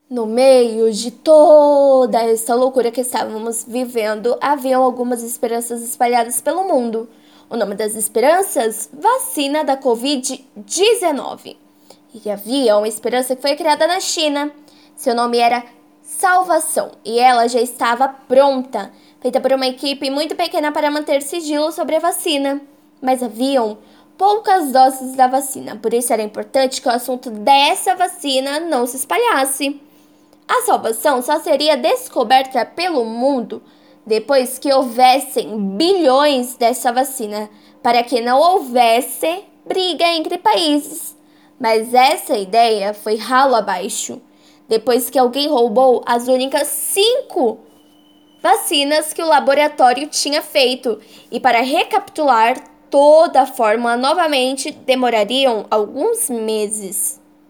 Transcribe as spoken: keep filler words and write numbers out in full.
No meio de toda essa loucura que estávamos vivendo, haviam algumas esperanças espalhadas pelo mundo. O nome das esperanças? Vacina da covid dezenove. E havia uma esperança que foi criada na China. Seu nome era Salvação e ela já estava pronta, feita por uma equipe muito pequena para manter sigilo sobre a vacina. Mas haviam poucas doses da vacina, por isso era importante que o assunto dessa vacina não se espalhasse. A salvação só seria descoberta pelo mundo depois que houvessem bilhões dessa vacina, para que não houvesse briga entre países. Mas essa ideia foi ralo abaixo, depois que alguém roubou as únicas cinco vacinas que o laboratório tinha feito. E para recapitular toda a fórmula novamente demorariam alguns meses.